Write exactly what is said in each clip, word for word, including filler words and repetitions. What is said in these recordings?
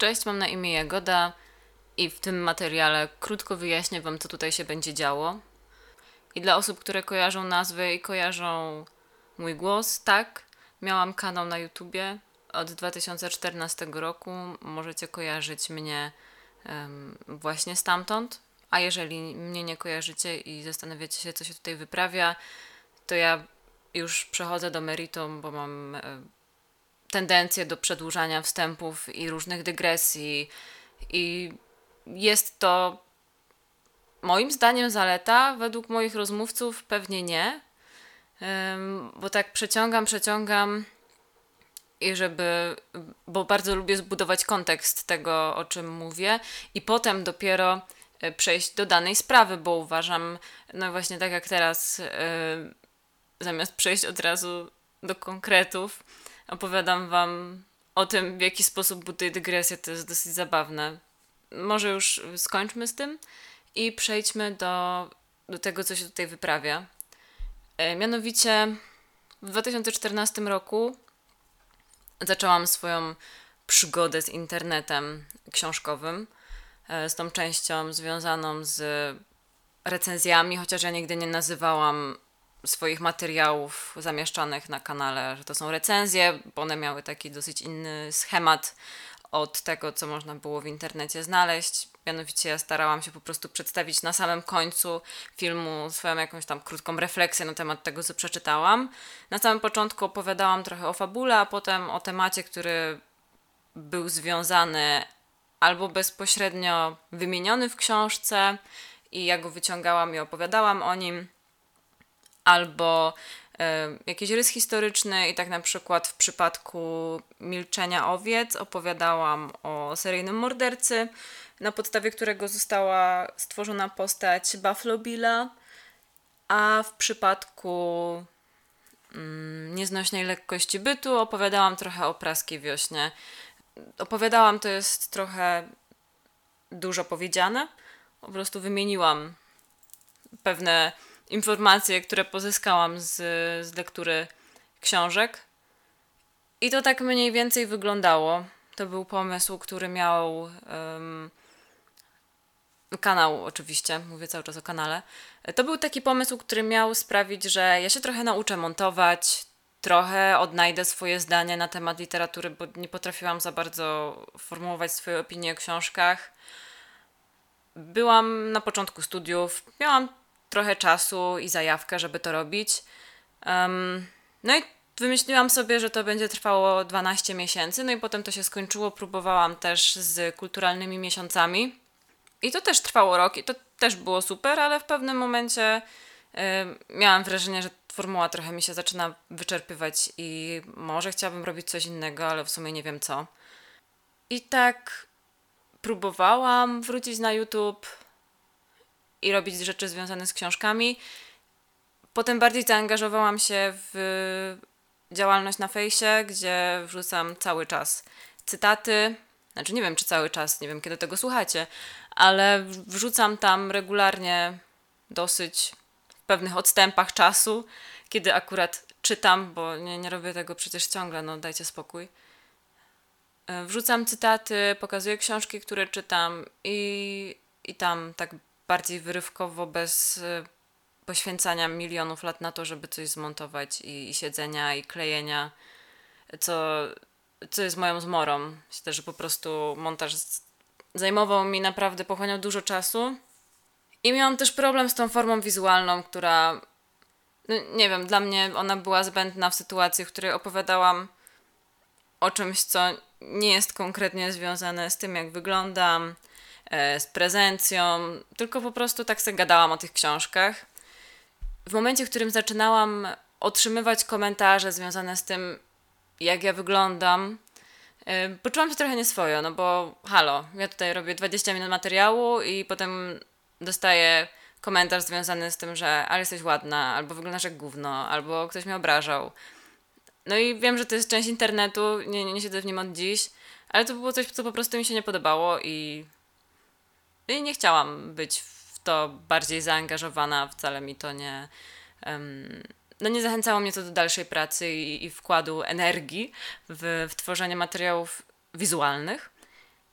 Cześć, mam na imię Jagoda i w tym materiale krótko wyjaśnię Wam, co tutaj się będzie działo. I dla osób, które kojarzą nazwę i kojarzą mój głos, tak, miałam kanał na YouTubie od dwa tysiące czternastego roku. Możecie kojarzyć mnie um, właśnie stamtąd. A jeżeli mnie nie kojarzycie i zastanawiacie się, co się tutaj wyprawia, to ja już przechodzę do meritum, bo mam e, tendencję do przedłużania wstępów i różnych dygresji. I jest to moim zdaniem zaleta, według moich rozmówców pewnie nie, Ym, bo tak przeciągam, przeciągam i żeby, bo bardzo lubię zbudować kontekst tego, o czym mówię i potem dopiero y, przejść do danej sprawy, bo uważam, no właśnie tak jak teraz, y, zamiast przejść od razu do konkretów, opowiadam Wam o tym, w jaki sposób buduję dygresję, to jest dosyć zabawne. Może już skończmy z tym i przejdźmy do, do tego, co się tutaj wyprawia. E, mianowicie w dwa tysiące czternastym roku zaczęłam swoją przygodę z internetem książkowym, e, z tą częścią związaną z recenzjami, chociaż ja nigdy nie nazywałam swoich materiałów zamieszczanych na kanale, że to są recenzje, bo one miały taki dosyć inny schemat od tego, co można było w internecie znaleźć. Mianowicie ja starałam się po prostu przedstawić na samym końcu filmu swoją jakąś tam krótką refleksję na temat tego, co przeczytałam. Na samym początku opowiadałam trochę o fabule, a potem o temacie, który był związany albo bezpośrednio wymieniony w książce i ja go wyciągałam i opowiadałam o nim, albo e, jakiś rys historyczny i tak na przykład w przypadku Milczenia owiec opowiadałam o seryjnym mordercy, na podstawie którego została stworzona postać Buffalo Billa, a w przypadku mm, Nieznośnej lekkości bytu opowiadałam trochę o Praskiej wiośnie. Opowiadałam to jest trochę dużo powiedziane, po prostu wymieniłam pewne informacje, które pozyskałam z, z lektury książek. I to tak mniej więcej wyglądało. To był pomysł, który miał um, kanał oczywiście, mówię cały czas o kanale. To był taki pomysł, który miał sprawić, że ja się trochę nauczę montować, trochę odnajdę swoje zdanie na temat literatury, bo nie potrafiłam za bardzo formułować swoje opinie o książkach. Byłam na początku studiów, miałam trochę czasu i zajawkę, żeby to robić. Um, no i wymyśliłam sobie, że to będzie trwało dwanaście miesięcy, no i potem to się skończyło. Próbowałam też z kulturalnymi miesiącami i to też trwało rok i to też było super, ale w pewnym momencie y, miałam wrażenie, że formuła trochę mi się zaczyna wyczerpywać i może chciałabym robić coś innego, ale w sumie nie wiem co. I tak próbowałam wrócić na YouTube i robić rzeczy związane z książkami. Potem bardziej zaangażowałam się w działalność na fejsie, gdzie wrzucam cały czas cytaty. Znaczy nie wiem, czy cały czas, nie wiem, kiedy tego słuchacie, ale wrzucam tam regularnie dosyć w pewnych odstępach czasu, kiedy akurat czytam, bo nie, nie robię tego przecież ciągle, no dajcie spokój. Wrzucam cytaty, pokazuję książki, które czytam i, i tam tak bardziej wyrywkowo, bez y, poświęcania milionów lat na to, żeby coś zmontować i, i siedzenia i klejenia, co, co jest moją zmorą. Myślę, że po prostu montaż zajmował mi naprawdę, pochłaniał dużo czasu i miałam też problem z tą formą wizualną, która, no, nie wiem, dla mnie ona była zbędna w sytuacji, w której opowiadałam o czymś, co nie jest konkretnie związane z tym, jak wyglądam, e, z prezencją, tylko po prostu tak sobie gadałam o tych książkach. W momencie, w którym zaczynałam otrzymywać komentarze związane z tym, jak ja wyglądam, e, poczułam się trochę nieswojo, no bo halo, ja tutaj robię dwadzieścia minut materiału i potem dostaję komentarz związany z tym, że ale jesteś ładna, albo wyglądasz jak gówno, albo ktoś mnie obrażał. No i wiem, że to jest część internetu, nie, nie, nie siedzę w nim od dziś, ale to było coś, co po prostu mi się nie podobało i, i nie chciałam być w to bardziej zaangażowana, wcale mi to nie... Um, no nie zachęcało mnie to do dalszej pracy i, i wkładu energii w, w tworzenie materiałów wizualnych.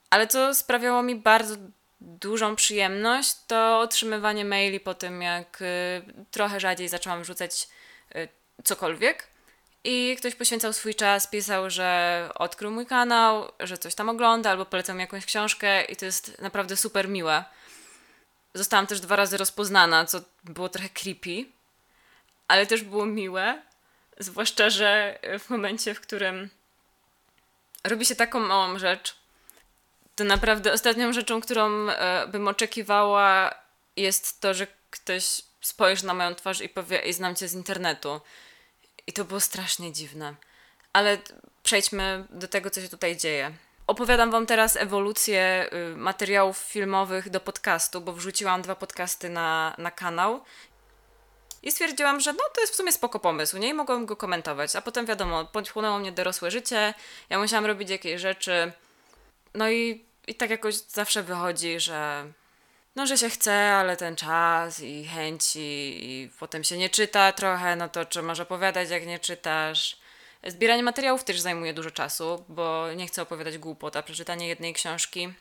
Ale co sprawiało mi bardzo dużą przyjemność, to otrzymywanie maili po tym, jak y, trochę rzadziej zaczęłam wrzucać y, cokolwiek. I ktoś poświęcał swój czas, pisał, że odkrył mój kanał, że coś tam ogląda, albo polecał mi jakąś książkę i to jest naprawdę super miłe. Zostałam też dwa razy rozpoznana, co było trochę creepy, ale też było miłe, zwłaszcza, że w momencie, w którym robi się taką małą rzecz, to naprawdę ostatnią rzeczą, którą e, bym oczekiwała, jest to, że ktoś spojrzy na moją twarz i powie: "Ej, znam cię z internetu". I to było strasznie dziwne. Ale przejdźmy do tego, co się tutaj dzieje. Opowiadam wam teraz ewolucję y, materiałów filmowych do podcastu, bo wrzuciłam dwa podcasty na, na kanał i stwierdziłam, że no to jest w sumie spoko pomysł, nie? I mogłam go komentować. A potem wiadomo, podchłonęło mnie dorosłe życie, ja musiałam robić jakieś rzeczy. No i, i tak jakoś zawsze wychodzi, że no, że się chce, ale ten czas i chęci i potem się nie czyta trochę, no to czy masz opowiadać, jak nie czytasz. Zbieranie materiałów też zajmuje dużo czasu, bo nie chcę opowiadać głupot, a przeczytanie jednej książki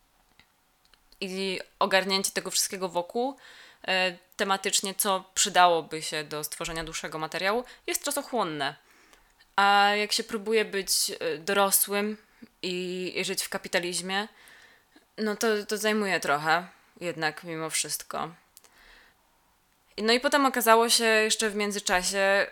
i ogarnięcie tego wszystkiego wokół e, tematycznie, co przydałoby się do stworzenia dłuższego materiału, jest czasochłonne. A jak się próbuje być e, dorosłym i, i żyć w kapitalizmie, no to, to zajmuje trochę jednak mimo wszystko. No i potem okazało się jeszcze w międzyczasie,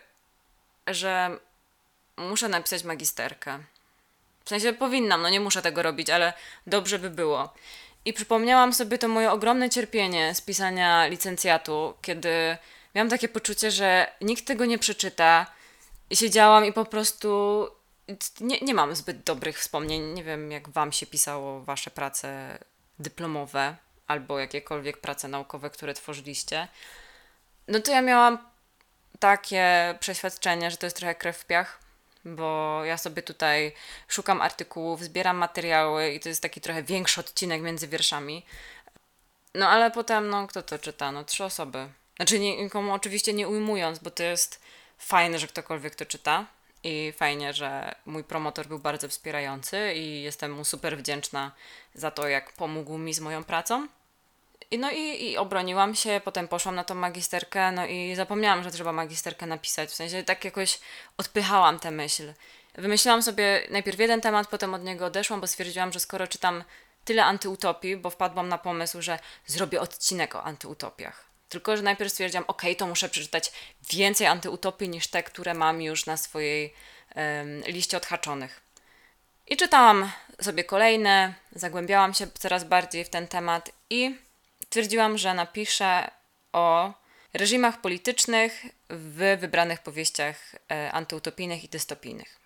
że muszę napisać magisterkę. W sensie powinnam, no nie muszę tego robić, ale dobrze by było. I przypomniałam sobie to moje ogromne cierpienie z pisania licencjatu, kiedy miałam takie poczucie, że nikt tego nie przeczyta. I siedziałam i po prostu nie, nie mam zbyt dobrych wspomnień. Nie wiem, jak wam się pisało wasze prace dyplomowe albo jakiekolwiek prace naukowe, które tworzyliście. No to ja miałam takie przeświadczenie, że to jest trochę krew w piach, bo ja sobie tutaj szukam artykułów, zbieram materiały i to jest taki trochę większy odcinek między wierszami. No ale potem, no kto to czyta? No trzy osoby. Znaczy nie, nikomu oczywiście nie ujmując, bo to jest fajne, że ktokolwiek to czyta i fajnie, że mój promotor był bardzo wspierający i jestem mu super wdzięczna za to, jak pomógł mi z moją pracą. I no i, i obroniłam się, potem poszłam na tą magisterkę, no i zapomniałam, że trzeba magisterkę napisać. W sensie tak jakoś odpychałam tę myśl. Wymyśliłam sobie najpierw jeden temat, potem od niego odeszłam, bo stwierdziłam, że skoro czytam tyle antyutopii, bo wpadłam na pomysł, że zrobię odcinek o antyutopiach. Tylko że najpierw stwierdziłam, okej, okay, to muszę przeczytać więcej antyutopii niż te, które mam już na swojej um, liście odhaczonych. I czytałam sobie kolejne, zagłębiałam się coraz bardziej w ten temat i stwierdziłam, że napiszę o reżimach politycznych w wybranych powieściach e, antyutopijnych i dystopijnych.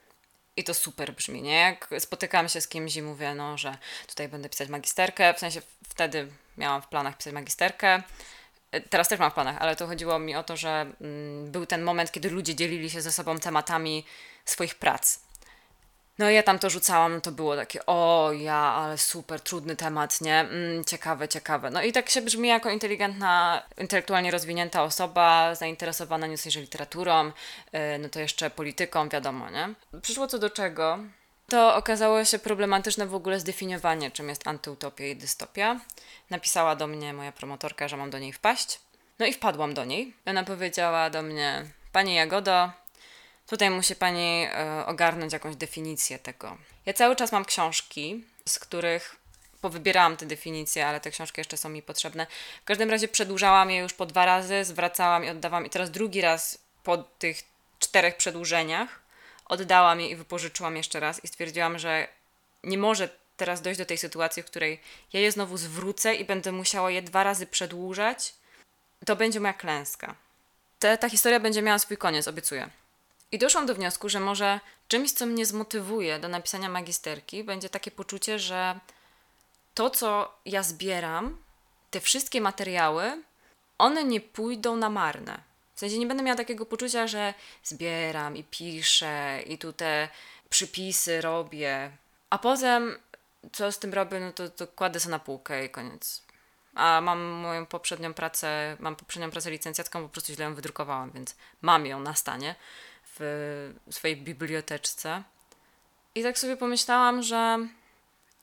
I to super brzmi, nie? Jak spotykałam się z kimś i mówię, no, że tutaj będę pisać magisterkę, w sensie wtedy miałam w planach pisać magisterkę, teraz też mam w planach, ale to chodziło mi o to, że mm, był ten moment, kiedy ludzie dzielili się ze sobą tematami swoich prac. No i ja tam to rzucałam, to było takie, o ja, ale super, trudny temat, nie? Mm, ciekawe, ciekawe. No i tak się brzmi jako inteligentna, intelektualnie rozwinięta osoba, zainteresowana nie dość literaturą, yy, no to jeszcze polityką, wiadomo, nie? Przyszło co do czego, to okazało się problematyczne w ogóle zdefiniowanie, czym jest antyutopia i dystopia. Napisała do mnie moja promotorka, że mam do niej wpaść. No i wpadłam do niej. Ona powiedziała do mnie, pani Jagodo, tutaj musi pani y, ogarnąć jakąś definicję tego. Ja cały czas mam książki, z których powybierałam te definicje, ale te książki jeszcze są mi potrzebne. W każdym razie przedłużałam je już po dwa razy, zwracałam i oddawałam. I teraz drugi raz po tych czterech przedłużeniach oddałam je i wypożyczyłam jeszcze raz i stwierdziłam, że nie może teraz dojść do tej sytuacji, w której ja je znowu zwrócę i będę musiała je dwa razy przedłużać. To będzie moja klęska. Ta, ta historia będzie miała swój koniec, obiecuję. I doszłam do wniosku, że może czymś, co mnie zmotywuje do napisania magisterki, będzie takie poczucie, że to, co ja zbieram, te wszystkie materiały, one nie pójdą na marne. W sensie nie będę miała takiego poczucia, że zbieram i piszę i tu te przypisy robię, a potem co z tym robię, no to, to kładę sobie na półkę i koniec. A mam moją poprzednią pracę, mam poprzednią pracę licencjacką, po prostu źle ją wydrukowałam, więc mam ją na stanie w swojej biblioteczce. I tak sobie pomyślałam, że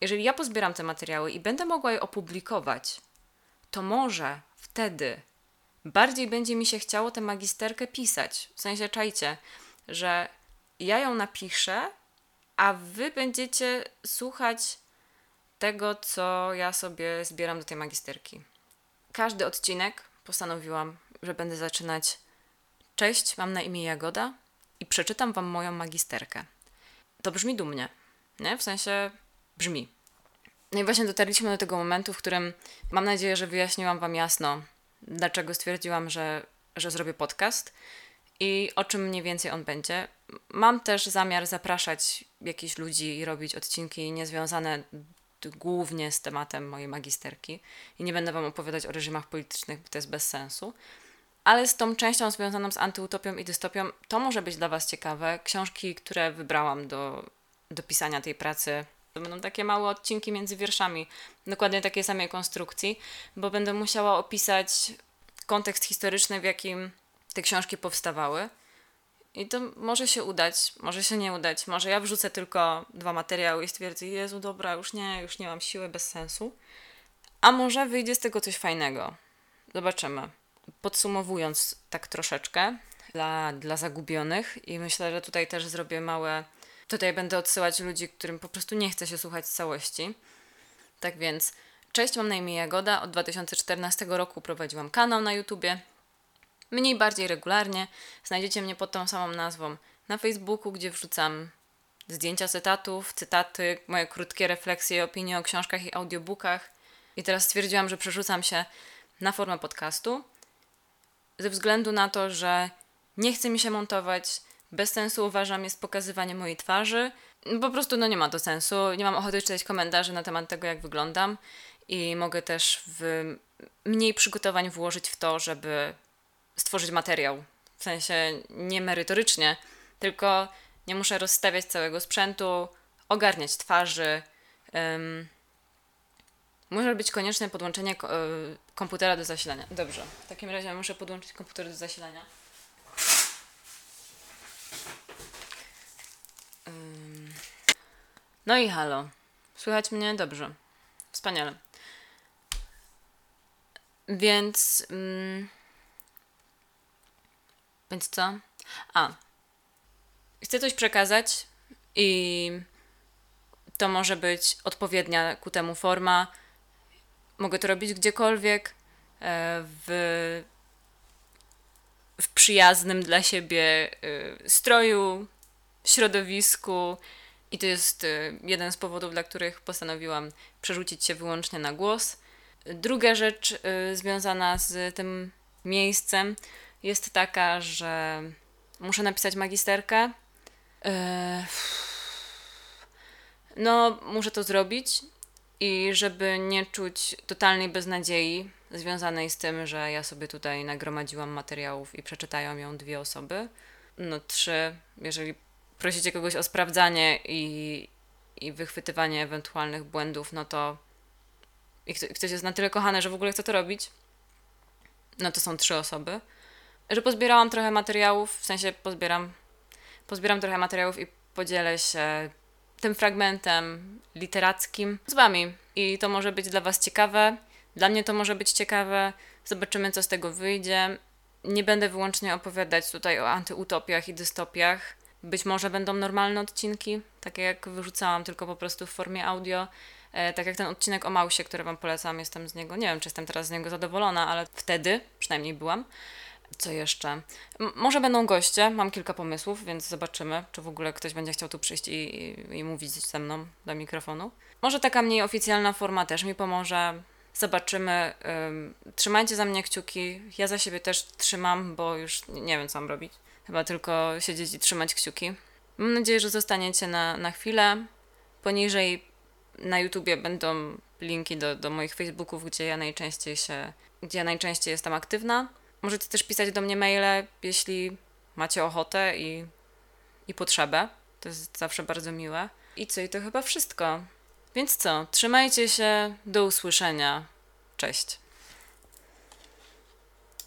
jeżeli ja pozbieram te materiały i będę mogła je opublikować, to może wtedy bardziej będzie mi się chciało tę magisterkę pisać. W sensie, czajcie, że ja ją napiszę, a wy będziecie słuchać tego, co ja sobie zbieram do tej magisterki. Każdy odcinek postanowiłam, że będę zaczynać: cześć, mam na imię Jagoda i przeczytam wam moją magisterkę. To brzmi dumnie, nie? W sensie brzmi. No i właśnie dotarliśmy do tego momentu, w którym mam nadzieję, że wyjaśniłam wam jasno, dlaczego stwierdziłam, że, że zrobię podcast i o czym mniej więcej on będzie. Mam też zamiar zapraszać jakichś ludzi i robić odcinki niezwiązane głównie z tematem mojej magisterki i nie będę wam opowiadać o reżimach politycznych, bo to jest bez sensu. Ale z tą częścią związaną z antyutopią i dystopią to może być dla was ciekawe. Książki, które wybrałam do, do pisania tej pracy, to będą takie małe odcinki między wierszami, dokładnie takiej samej konstrukcji, bo będę musiała opisać kontekst historyczny, w jakim te książki powstawały. I to może się udać, może się nie udać. Może ja wrzucę tylko dwa materiały i stwierdzę: Jezu, dobra, już nie, już nie mam siły, bez sensu. A może wyjdzie z tego coś fajnego. Zobaczymy. Podsumowując tak troszeczkę dla, dla zagubionych, i myślę, że tutaj też zrobię małe... Tutaj będę odsyłać ludzi, którym po prostu nie chce się słuchać całości. Tak więc, cześć, mam na imię Jagoda. Od dwa tysiące czternastego roku prowadziłam kanał na YouTubie. Mniej bardziej regularnie. Znajdziecie mnie pod tą samą nazwą na Facebooku, gdzie wrzucam zdjęcia cytatów, cytaty, moje krótkie refleksje i opinie o książkach i audiobookach. I teraz stwierdziłam, że przerzucam się na formę podcastu, ze względu na to, że nie chce mi się montować. Bez sensu uważam jest pokazywanie mojej twarzy. Po prostu no nie ma to sensu. Nie mam ochoty czytać komentarzy na temat tego, jak wyglądam, i mogę też w mniej przygotowań włożyć w to, żeby stworzyć materiał. W sensie nie merytorycznie, tylko nie muszę rozstawiać całego sprzętu, ogarniać twarzy. Um, może być konieczne podłączenie ko- komputera do zasilania. Dobrze, w takim razie muszę podłączyć komputer do zasilania. Um, no i halo. Słychać mnie? Dobrze. Wspaniale. Więc... Um, Więc co? A. Chcę coś przekazać i to może być odpowiednia ku temu forma. Mogę to robić gdziekolwiek, w, w przyjaznym dla siebie stroju, środowisku, i to jest jeden z powodów, dla których postanowiłam przerzucić się wyłącznie na głos. Druga rzecz związana z tym miejscem jest taka, że muszę napisać magisterkę. Yy, no, muszę to zrobić, i żeby nie czuć totalnej beznadziei związanej z tym, że ja sobie tutaj nagromadziłam materiałów i przeczytają ją dwie osoby. No trzy, jeżeli prosicie kogoś o sprawdzanie i, i wychwytywanie ewentualnych błędów, no to i ktoś jest na tyle kochany, że w ogóle chce to robić, no to są trzy osoby. Że pozbierałam trochę materiałów, w sensie pozbieram, pozbieram trochę materiałów i podzielę się tym fragmentem literackim z wami. I to może być dla was ciekawe, dla mnie to może być ciekawe, zobaczymy, co z tego wyjdzie. Nie będę wyłącznie opowiadać tutaj o antyutopiach i dystopiach. Być może będą normalne odcinki, takie jak wyrzucałam, tylko po prostu w formie audio. E, tak jak ten odcinek o Mausie, który wam polecam, jestem z niego, nie wiem, czy jestem teraz z niego zadowolona, ale wtedy przynajmniej byłam. Co jeszcze? M- może będą goście, mam kilka pomysłów, więc zobaczymy, czy w ogóle ktoś będzie chciał tu przyjść i, i, i mówić ze mną do mikrofonu. Może taka mniej oficjalna forma też mi pomoże. Zobaczymy. Ym, trzymajcie za mnie kciuki. Ja za siebie też trzymam, bo już nie wiem, co mam robić. Chyba tylko siedzieć i trzymać kciuki. Mam nadzieję, że zostaniecie na, na chwilę. Poniżej na YouTubie będą linki do, do moich Facebooków, gdzie ja najczęściej się, gdzie ja najczęściej jestem aktywna. Możecie też pisać do mnie maile, jeśli macie ochotę i, i potrzebę. To jest zawsze bardzo miłe. I co? I to chyba wszystko. Więc co? Trzymajcie się. Do usłyszenia. Cześć.